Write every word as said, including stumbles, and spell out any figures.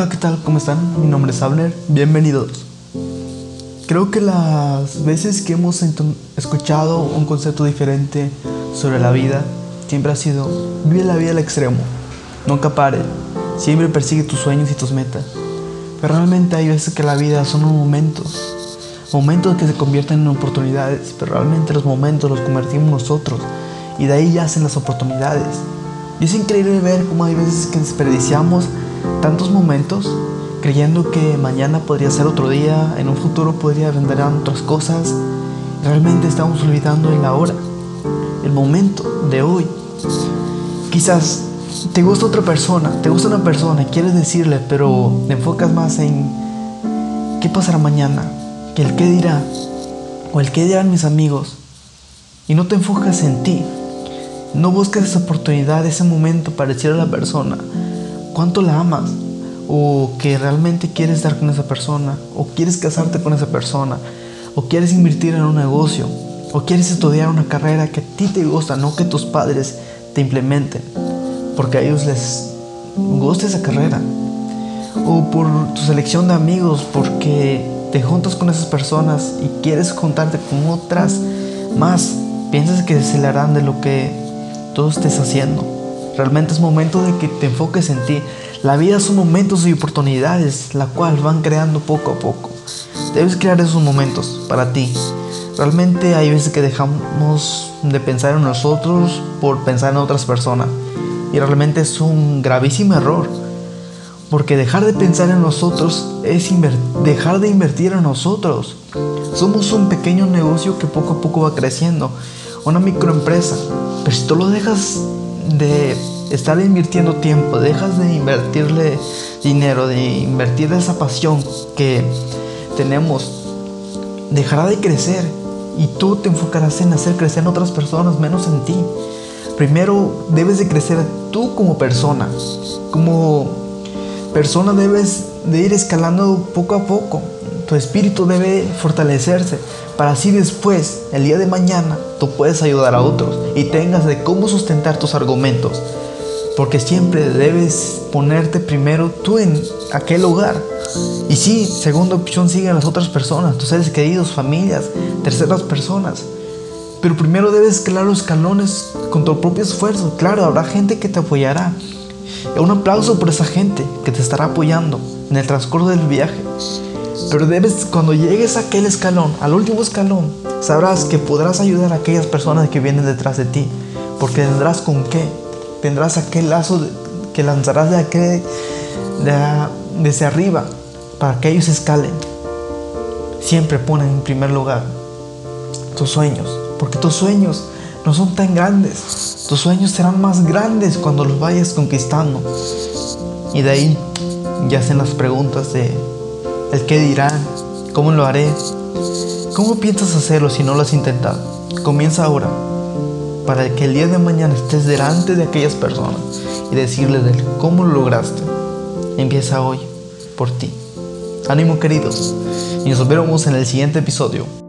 Hola, ¿qué tal? ¿Cómo están? Mi nombre es Abner, bienvenidos. Creo que las veces que hemos escuchado un concepto diferente sobre la vida siempre ha sido: vive la vida al extremo, nunca pare, siempre persigue tus sueños y tus metas. Pero realmente hay veces que la vida son momentos, momentos que se convierten en oportunidades, pero realmente los momentos los convertimos nosotros y de ahí yacen las oportunidades. Y es increíble ver cómo hay veces que desperdiciamos tantos momentos creyendo que mañana podría ser otro día, en un futuro podría vendrán otras cosas, y realmente estamos olvidando el ahora, el momento de hoy. Quizás te gusta otra persona, te gusta una persona y quieres decirle, pero te enfocas más en qué pasará mañana, que el qué dirá, o el qué dirán mis amigos, y no te enfocas en ti. No buscas esa oportunidad, ese momento para decirle a la persona cuánto la amas, o que realmente quieres estar con esa persona, o quieres casarte con esa persona, o quieres invertir en un negocio, o quieres estudiar una carrera que a ti te gusta, no que tus padres te implementen, porque a ellos les gusta esa carrera, o por tu selección de amigos, porque te juntas con esas personas y quieres juntarte con otras más, piensas que se le harán de lo que tú estés haciendo. Realmente es momento de que te enfoques en ti. La vida son momentos y oportunidades, la cual van creando poco a poco. Debes crear esos momentos para ti. Realmente hay veces que dejamos de pensar en nosotros por pensar en otras personas, y realmente es un gravísimo error, porque dejar de pensar en nosotros es inver- dejar de invertir en nosotros. Somos un pequeño negocio que poco a poco va creciendo, una microempresa, pero si tú lo dejas de estar invirtiendo tiempo, dejas de invertirle dinero, de invertir esa pasión que tenemos, dejará de crecer, y tú te enfocarás en hacer crecer en otras personas, menos en ti. Primero debes de crecer tú como persona. Como persona debes de ir escalando poco a poco. Tu espíritu debe fortalecerse para así después, el día de mañana, tú puedes ayudar a otros y tengas de cómo sustentar tus argumentos. Porque siempre debes ponerte primero tú en aquel lugar. Y sí, segunda opción, siguen las otras personas, tus seres queridos, familias, terceras personas. Pero primero debes escalar los escalones con tu propio esfuerzo. Claro, habrá gente que te apoyará. Un aplauso por esa gente que te estará apoyando en el transcurso del viaje. Pero debes, cuando llegues a aquel escalón, al último escalón, sabrás que podrás ayudar a aquellas personas que vienen detrás de ti, porque tendrás con qué, tendrás aquel lazo de, que lanzarás de aquel, de, desde arriba para que ellos escalen. Siempre ponen en primer lugar tus sueños, porque tus sueños no son tan grandes, tus sueños serán más grandes cuando los vayas conquistando. Y de ahí ya hacen las preguntas de el qué dirán, cómo lo haré, cómo piensas hacerlo si no lo has intentado. Comienza ahora, para que el día de mañana estés delante de aquellas personas y decirles del cómo lo lograste. Empieza hoy por ti. Ánimo, queridos, y nos vemos en el siguiente episodio.